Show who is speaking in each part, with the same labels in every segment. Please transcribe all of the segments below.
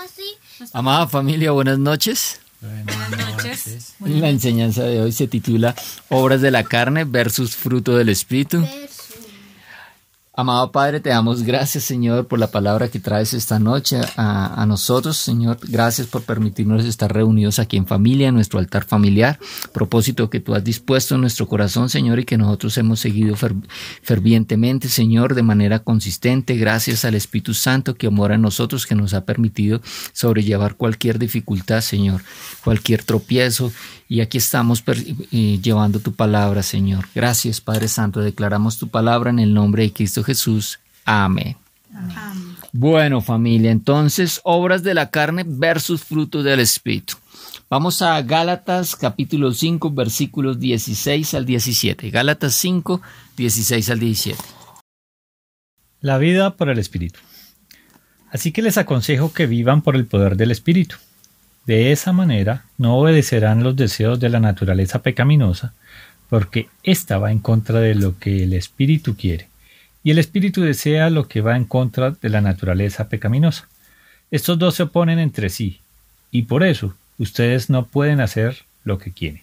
Speaker 1: Amada familia, buenas noches.
Speaker 2: Buenas noches.
Speaker 1: La enseñanza de hoy se titula Obras de la carne versus fruto del Espíritu. Amado Padre, te damos gracias, Señor, por la palabra que traes esta noche a nosotros, Señor. Gracias por permitirnos estar reunidos aquí en familia, en nuestro altar familiar. Propósito que tú has dispuesto en nuestro corazón, Señor, y que nosotros hemos seguido fervientemente, Señor, de manera consistente. Gracias al Espíritu Santo que mora en nosotros, que nos ha permitido sobrellevar cualquier dificultad, Señor, cualquier tropiezo. Y aquí estamos llevando tu palabra, Señor. Gracias, Padre Santo. Declaramos tu palabra en el nombre de Cristo Jesús. Amén. Amén. Bueno, familia, entonces, obras de la carne versus fruto del Espíritu. Vamos a Gálatas capítulo 5, versículos 16 al 17. Gálatas 5, 16 al 17.
Speaker 3: La vida por el Espíritu. Así que les aconsejo que vivan por el poder del Espíritu. De esa manera no obedecerán los deseos de la naturaleza pecaminosa, porque ésta va en contra de lo que el Espíritu quiere, y el Espíritu desea lo que va en contra de la naturaleza pecaminosa. Estos dos se oponen entre sí, y por eso ustedes no pueden hacer lo que quieren.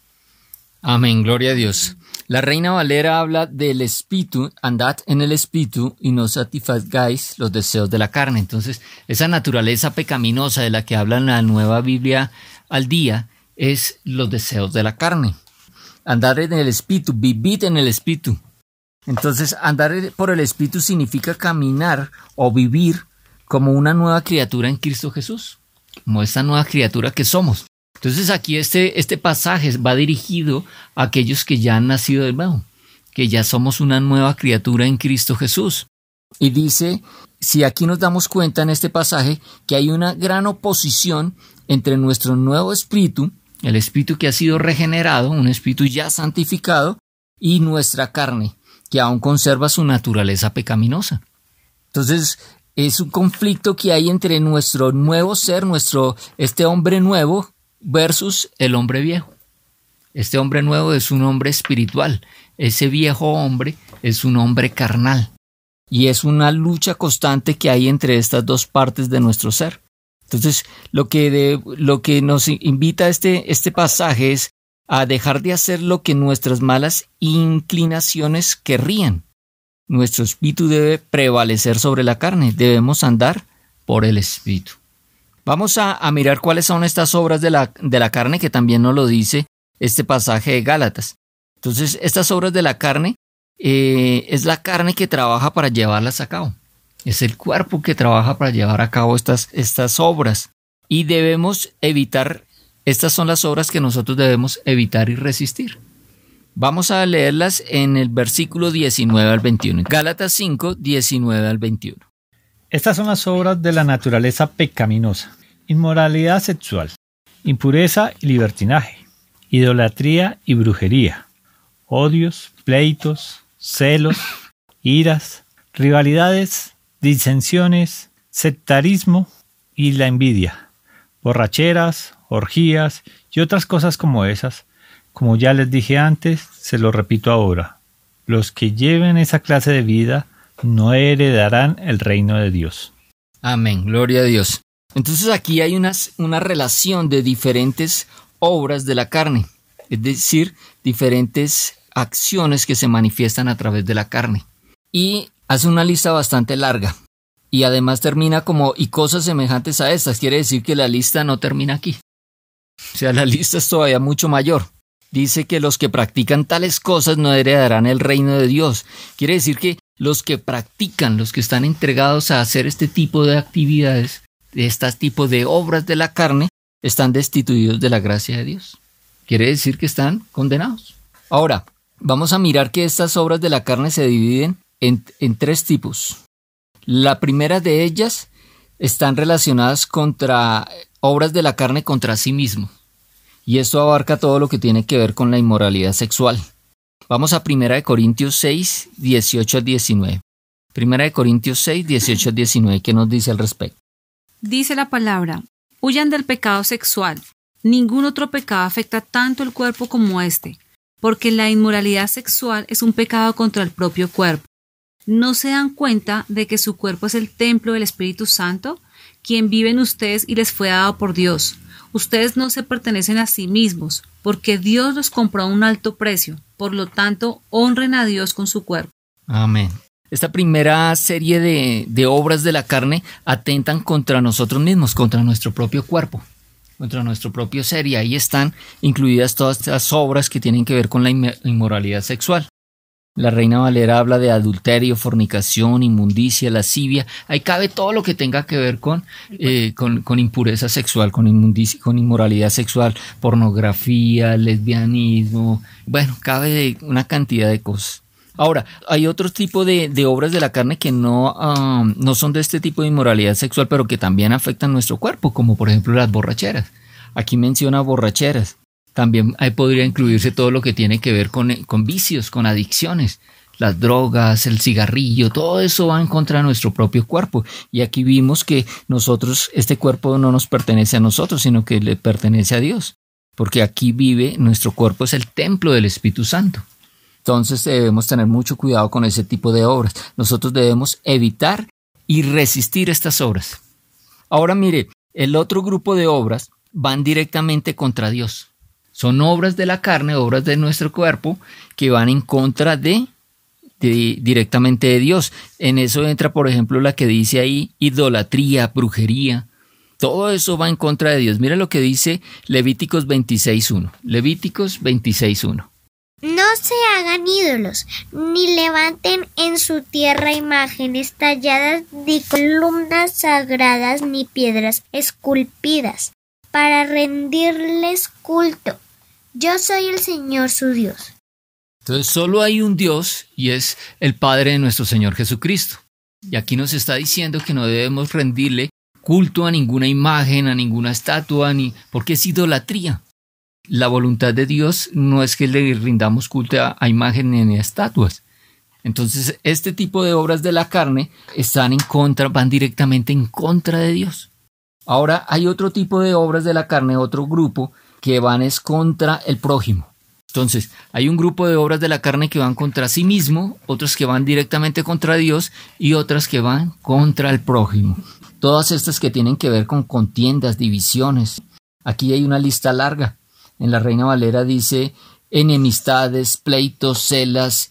Speaker 1: Amén, gloria a Dios. La Reina Valera habla del Espíritu, andad en el Espíritu y no satisfagáis los deseos de la carne. Entonces, esa naturaleza pecaminosa de la que habla en la Nueva Biblia al día es los deseos de la carne. Andar en el Espíritu, vivid en el Espíritu. Entonces, andar por el Espíritu significa caminar o vivir como una nueva criatura en Cristo Jesús, como esta nueva criatura que somos. Entonces aquí este pasaje va dirigido a aquellos que ya han nacido de nuevo, que ya somos una nueva criatura en Cristo Jesús. Y dice, si aquí nos damos cuenta en este pasaje, que hay una gran oposición entre nuestro nuevo espíritu, el espíritu que ha sido regenerado, un espíritu ya santificado, y nuestra carne, que aún conserva su naturaleza pecaminosa. Entonces, es un conflicto que hay entre nuestro nuevo ser, este hombre nuevo, versus el hombre viejo. Este hombre nuevo es un hombre espiritual. Ese viejo hombre es un hombre carnal. Y es una lucha constante que hay entre estas dos partes de nuestro ser. Entonces, lo que nos invita este pasaje es a dejar de hacer lo que nuestras malas inclinaciones querrían. Nuestro espíritu debe prevalecer sobre la carne. Debemos andar por el espíritu. Vamos a mirar cuáles son estas obras de la carne, que también nos lo dice este pasaje de Gálatas. Entonces, estas obras de la carne es la carne que trabaja para llevarlas a cabo. Es el cuerpo que trabaja para llevar a cabo estas obras. Y debemos evitar, estas son las obras que nosotros debemos evitar y resistir. Vamos a leerlas en el versículo 19 al 21. Gálatas 5, 19 al 21.
Speaker 3: Estas son las obras de la naturaleza pecaminosa: inmoralidad sexual, impureza y libertinaje, idolatría y brujería, odios, pleitos, celos, iras, rivalidades, disensiones, sectarismo y la envidia, borracheras, orgías y otras cosas como esas. Como ya les dije antes, se lo repito ahora: los que lleven esa clase de vida no heredarán el reino de Dios.
Speaker 1: Amén, gloria a Dios. Entonces aquí hay una relación de diferentes obras de la carne, es decir, diferentes acciones que se manifiestan a través de la carne. Y hace una lista bastante larga. Y además termina como y cosas semejantes a estas. Quiere decir que la lista no termina aquí. O sea, la lista es todavía mucho mayor. Dice que los que practican tales cosas no heredarán el reino de Dios. Quiere decir que los que practican, los que están entregados a hacer este tipo de actividades, de este tipo de obras de la carne, están destituidos de la gracia de Dios. Quiere decir que están condenados. Ahora, vamos a mirar que estas obras de la carne se dividen en tres tipos. La primera de ellas están relacionadas contra obras de la carne contra sí mismo. Y esto abarca todo lo que tiene que ver con la inmoralidad sexual. Vamos a 1 Corintios 6, 18 al 19. 1 Corintios 6, 18 al 19, ¿qué nos dice al respecto?
Speaker 2: Dice la palabra: huyan del pecado sexual. Ningún otro pecado afecta tanto el cuerpo como este, porque la inmoralidad sexual es un pecado contra el propio cuerpo. ¿No se dan cuenta de que su cuerpo es el templo del Espíritu Santo, quien vive en ustedes y les fue dado por Dios. Ustedes no se pertenecen a sí mismos, porque Dios los compró a un alto precio. Por lo tanto, honren a Dios con su cuerpo.
Speaker 1: Amén. Esta primera serie de obras de la carne atentan contra nosotros mismos, contra nuestro propio cuerpo, contra nuestro propio ser, y ahí están incluidas todas estas obras que tienen que ver con la inmoralidad sexual. La Reina Valera habla de adulterio, fornicación, inmundicia, lascivia. Ahí cabe todo lo que tenga que ver con impureza sexual, con inmundicia, con inmoralidad sexual, pornografía, lesbianismo. Bueno, cabe de una cantidad de cosas. Ahora, hay otro tipo de obras de la carne que no son de este tipo de inmoralidad sexual, pero que también afectan nuestro cuerpo, como por ejemplo las borracheras. Aquí menciona borracheras. También ahí podría incluirse todo lo que tiene que ver con vicios, con adicciones. Las drogas, el cigarrillo, todo eso va en contra de nuestro propio cuerpo. Y aquí vimos que este cuerpo no nos pertenece a nosotros, sino que le pertenece a Dios. Porque aquí nuestro cuerpo es el templo del Espíritu Santo. Entonces debemos tener mucho cuidado con ese tipo de obras. Nosotros debemos evitar y resistir estas obras. Ahora mire, el otro grupo de obras van directamente contra Dios. Son obras de la carne, obras de nuestro cuerpo, que van en contra directamente de Dios. En eso entra, por ejemplo, la que dice ahí, idolatría, brujería. Todo eso va en contra de Dios. Mira lo que dice Levíticos 26.1. Levíticos 26.1.
Speaker 4: No se hagan ídolos, ni levanten en su tierra imágenes talladas, ni columnas sagradas, ni piedras esculpidas, para rendirles culto. Yo soy el Señor su Dios.
Speaker 1: Entonces solo hay un Dios y es el Padre de nuestro Señor Jesucristo. Y aquí nos está diciendo que no debemos rendirle culto a ninguna imagen, a ninguna estatua, porque es idolatría. La voluntad de Dios no es que le rindamos culto a imágenes ni a estatuas. Entonces este tipo de obras de la carne van directamente en contra de Dios. Ahora hay otro tipo de obras de la carne, otro grupo, que van contra el prójimo. Entonces, hay un grupo de obras de la carne que van contra sí mismo, otros que van directamente contra Dios y otras que van contra el prójimo. Todas estas que tienen que ver con contiendas, divisiones. Aquí hay una lista larga. En la Reina Valera dice enemistades, pleitos, celos,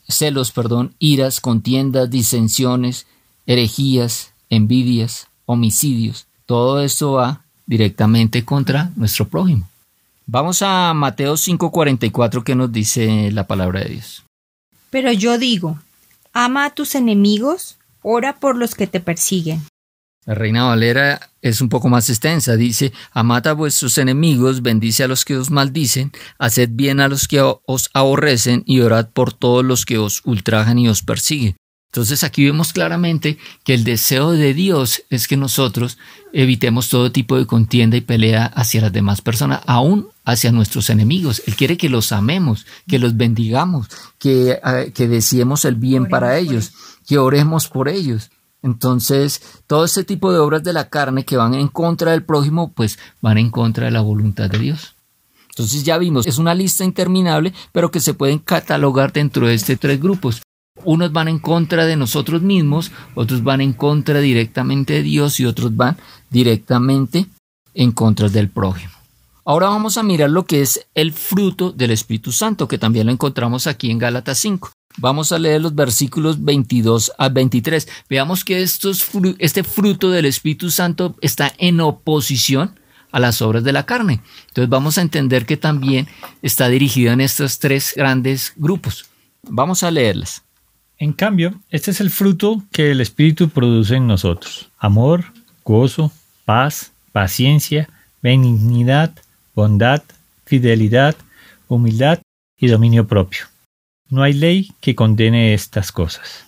Speaker 1: iras, contiendas, disensiones, herejías, envidias, homicidios. Todo esto va directamente contra nuestro prójimo. Vamos a Mateo 5:44, que nos dice la palabra de Dios.
Speaker 5: Pero yo digo, ama a tus enemigos, ora por los que te persiguen.
Speaker 1: La Reina Valera es un poco más extensa. Dice, amad a vuestros enemigos, bendice a los que os maldicen, haced bien a los que os aborrecen y orad por todos los que os ultrajan y os persiguen. Entonces aquí vemos claramente que el deseo de Dios es que nosotros evitemos todo tipo de contienda y pelea hacia las demás personas, aún hacia nuestros enemigos. Él quiere que los amemos, que los bendigamos, que deseemos el bien para ellos, que oremos por ellos. Entonces, todo este tipo de obras de la carne que van en contra del prójimo, pues van en contra de la voluntad de Dios. Entonces ya vimos, es una lista interminable, pero que se pueden catalogar dentro de estos tres grupos. Unos van en contra de nosotros mismos, otros van en contra directamente de Dios y otros van directamente en contra del prójimo. Ahora vamos a mirar lo que es el fruto del Espíritu Santo, que también lo encontramos aquí en Gálatas 5. Vamos a leer los versículos 22 a 23. Veamos que este fruto del Espíritu Santo está en oposición a las obras de la carne. Entonces vamos a entender que también está dirigido en estos tres grandes grupos. Vamos a leerlas.
Speaker 3: En cambio, este es el fruto que el Espíritu produce en nosotros: amor, gozo, paz, paciencia, benignidad, bondad, fidelidad, humildad y dominio propio. No hay ley que condene estas cosas.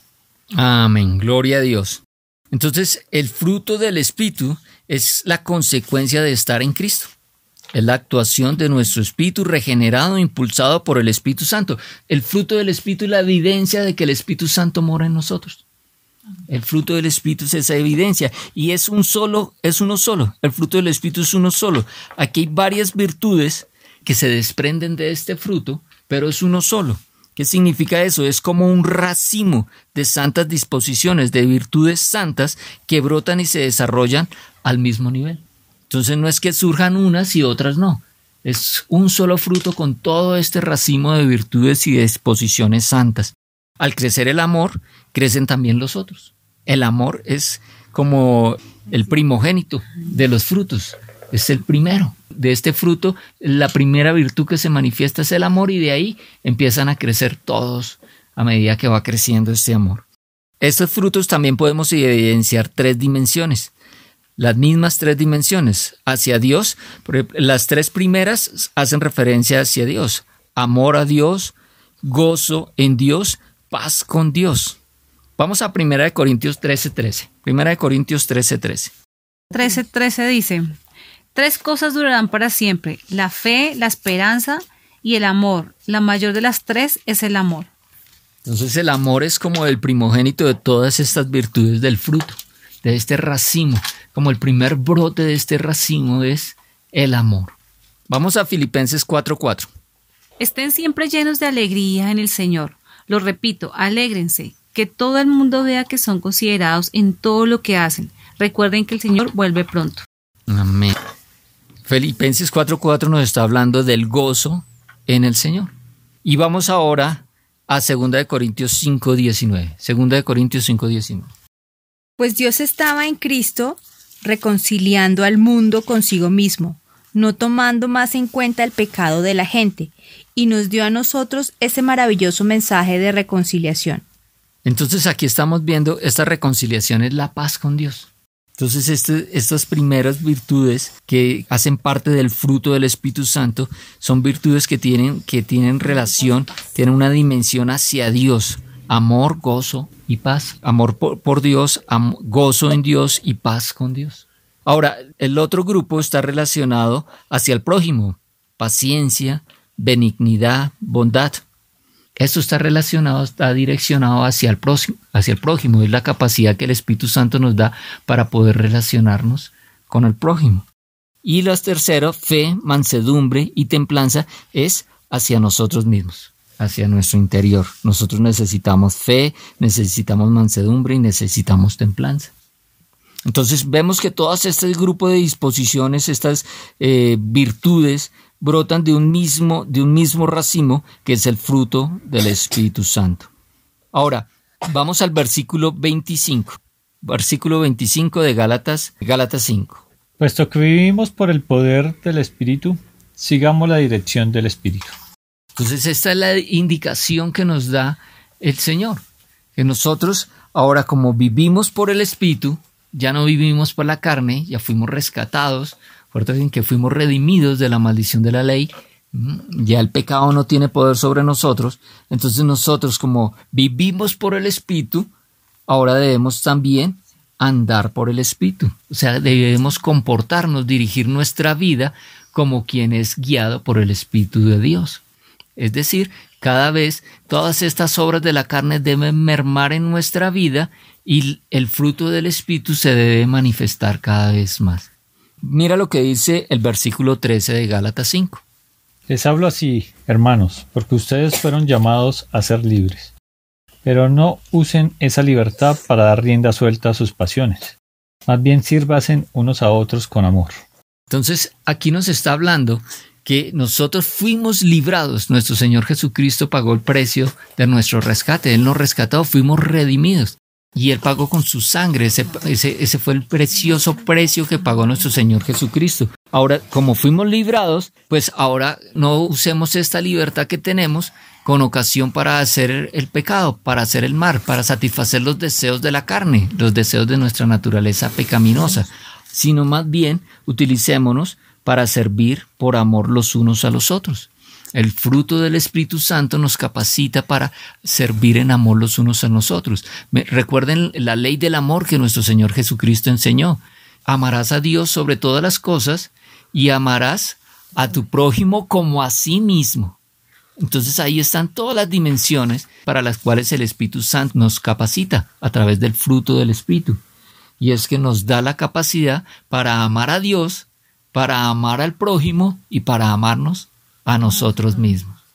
Speaker 1: Amén, gloria a Dios. Entonces, el fruto del Espíritu es la consecuencia de estar en Cristo. Es la actuación de nuestro espíritu regenerado e impulsado por el Espíritu Santo. El fruto del Espíritu es la evidencia de que el Espíritu Santo mora en nosotros. El fruto del Espíritu es esa evidencia y es uno solo. El fruto del Espíritu es uno solo. Aquí hay varias virtudes que se desprenden de este fruto, pero es uno solo. ¿Qué significa eso? Es como un racimo de santas disposiciones, de virtudes santas que brotan y se desarrollan al mismo nivel. Entonces no es que surjan unas y otras no. Es un solo fruto con todo este racimo de virtudes y disposiciones santas. Al crecer el amor, crecen también los otros. El amor es como el primogénito de los frutos. Es el primero. De este fruto, la primera virtud que se manifiesta es el amor y de ahí empiezan a crecer todos a medida que va creciendo este amor. Estos frutos también podemos evidenciar 3 dimensiones. Las mismas 3 dimensiones. Hacia Dios, las 3 primeras hacen referencia hacia Dios. Amor a Dios, gozo en Dios, paz con Dios. Vamos a 1 Corintios 13:13. 1 Corintios 13:13.
Speaker 2: 13:13 dice: 3 cosas durarán para siempre: la fe, la esperanza y el amor. La mayor de las 3 es el amor.
Speaker 1: Entonces el amor es como el primogénito de todas estas virtudes del fruto, de este racimo. Como el primer brote de este racimo es el amor. Vamos a Filipenses 4:4.
Speaker 2: Estén siempre llenos de alegría en el Señor. Lo repito, alégrense. Que todo el mundo vea que son considerados en todo lo que hacen. Recuerden que el Señor vuelve pronto.
Speaker 1: Amén. Filipenses 4:4 nos está hablando del gozo en el Señor. Y vamos ahora a 2 Corintios 5:19. 2 Corintios 5:19.
Speaker 5: Pues Dios estaba en Cristo reconciliando al mundo consigo mismo, no tomando más en cuenta el pecado de la gente, y nos dio a nosotros ese maravilloso mensaje de reconciliación.
Speaker 1: Entonces aquí estamos viendo esta reconciliación es la paz con Dios. Entonces estas primeras virtudes que hacen parte del fruto del Espíritu Santo son virtudes que tienen relación, tienen una dimensión hacia Dios. Amor, gozo y paz. Amor por Dios, gozo en Dios y paz con Dios. Ahora, el otro grupo está relacionado hacia el prójimo. Paciencia, benignidad, bondad. Esto está relacionado, está direccionado hacia el prójimo. Es la capacidad que el Espíritu Santo nos da para poder relacionarnos con el prójimo. Y lo tercero, fe, mansedumbre y templanza, es hacia nosotros mismos, hacia nuestro interior. Nosotros necesitamos fe, necesitamos mansedumbre y necesitamos templanza. Entonces vemos que todo este grupo de disposiciones, estas virtudes, brotan de un mismo racimo que es el fruto del Espíritu Santo. Ahora, vamos al versículo 25. Versículo 25 de Gálatas 5.
Speaker 3: Puesto que vivimos por el poder del Espíritu, sigamos la dirección del Espíritu.
Speaker 1: Entonces esta es la indicación que nos da el Señor. Que nosotros ahora como vivimos por el Espíritu, ya no vivimos por la carne, ya fuimos rescatados, en que fuimos redimidos de la maldición de la ley, ya el pecado no tiene poder sobre nosotros. Entonces nosotros como vivimos por el Espíritu, ahora debemos también andar por el Espíritu. O sea, debemos comportarnos, dirigir nuestra vida como quien es guiado por el Espíritu de Dios. Es decir, cada vez todas estas obras de la carne deben mermar en nuestra vida y el fruto del Espíritu se debe manifestar cada vez más. Mira lo que dice el versículo 13 de Gálatas 5.
Speaker 3: Les hablo así, hermanos, porque ustedes fueron llamados a ser libres. Pero no usen esa libertad para dar rienda suelta a sus pasiones. Más bien sírvanse unos a otros con amor.
Speaker 1: Entonces, aquí nos está hablando que nosotros fuimos librados. Nuestro Señor Jesucristo pagó el precio de nuestro rescate. Él nos rescató, fuimos redimidos. Y Él pagó con su sangre, ese fue el precioso precio que pagó nuestro Señor Jesucristo. Ahora, como fuimos librados, pues ahora no usemos esta libertad que tenemos con ocasión para hacer el pecado, para hacer el mal, para satisfacer los deseos de la carne, los deseos de nuestra naturaleza pecaminosa, sino más bien utilicémonos para servir por amor los unos a los otros. El fruto del Espíritu Santo nos capacita para servir en amor los unos a nosotros. Recuerden la ley del amor que nuestro Señor Jesucristo enseñó. Amarás a Dios sobre todas las cosas y amarás a tu prójimo como a sí mismo. Entonces ahí están todas las dimensiones para las cuales el Espíritu Santo nos capacita a través del fruto del Espíritu. Y es que nos da la capacidad para amar a Dios, para amar al prójimo y para amarnos a nosotros mismos.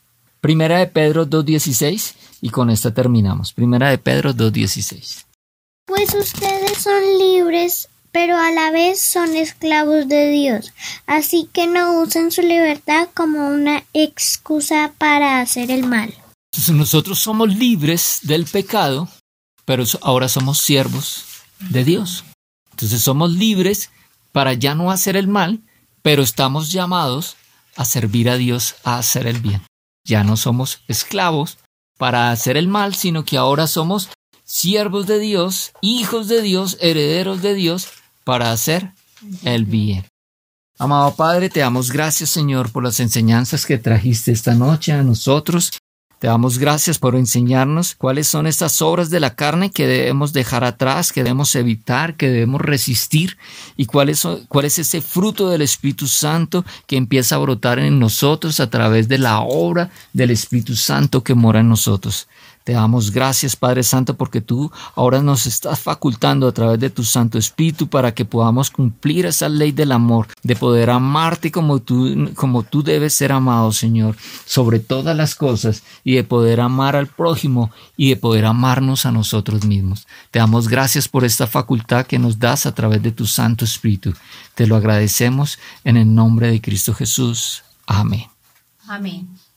Speaker 1: Primera de Pedro 2:16 y con esta terminamos. Primera de Pedro 2:16.
Speaker 4: Pues ustedes son libres, pero a la vez son esclavos de Dios. Así que no usen su libertad como una excusa para hacer el mal.
Speaker 1: Entonces nosotros somos libres del pecado, pero ahora somos siervos de Dios. Entonces somos libres para ya no hacer el mal, pero estamos llamados a servir a Dios, a hacer el bien. Ya no somos esclavos para hacer el mal, sino que ahora somos siervos de Dios, hijos de Dios, herederos de Dios, para hacer el bien. Amado Padre, te damos gracias, Señor, por las enseñanzas que trajiste esta noche a nosotros. Te damos gracias por enseñarnos cuáles son estas obras de la carne que debemos dejar atrás, que debemos evitar, que debemos resistir, y cuál es ese fruto del Espíritu Santo que empieza a brotar en nosotros a través de la obra del Espíritu Santo que mora en nosotros. Te damos gracias, Padre Santo, porque tú ahora nos estás facultando a través de tu Santo Espíritu para que podamos cumplir esa ley del amor, de poder amarte como tú debes ser amado, Señor, sobre todas las cosas, y de poder amar al prójimo y de poder amarnos a nosotros mismos. Te damos gracias por esta facultad que nos das a través de tu Santo Espíritu. Te lo agradecemos en el nombre de Cristo Jesús. Amén.
Speaker 5: Amén.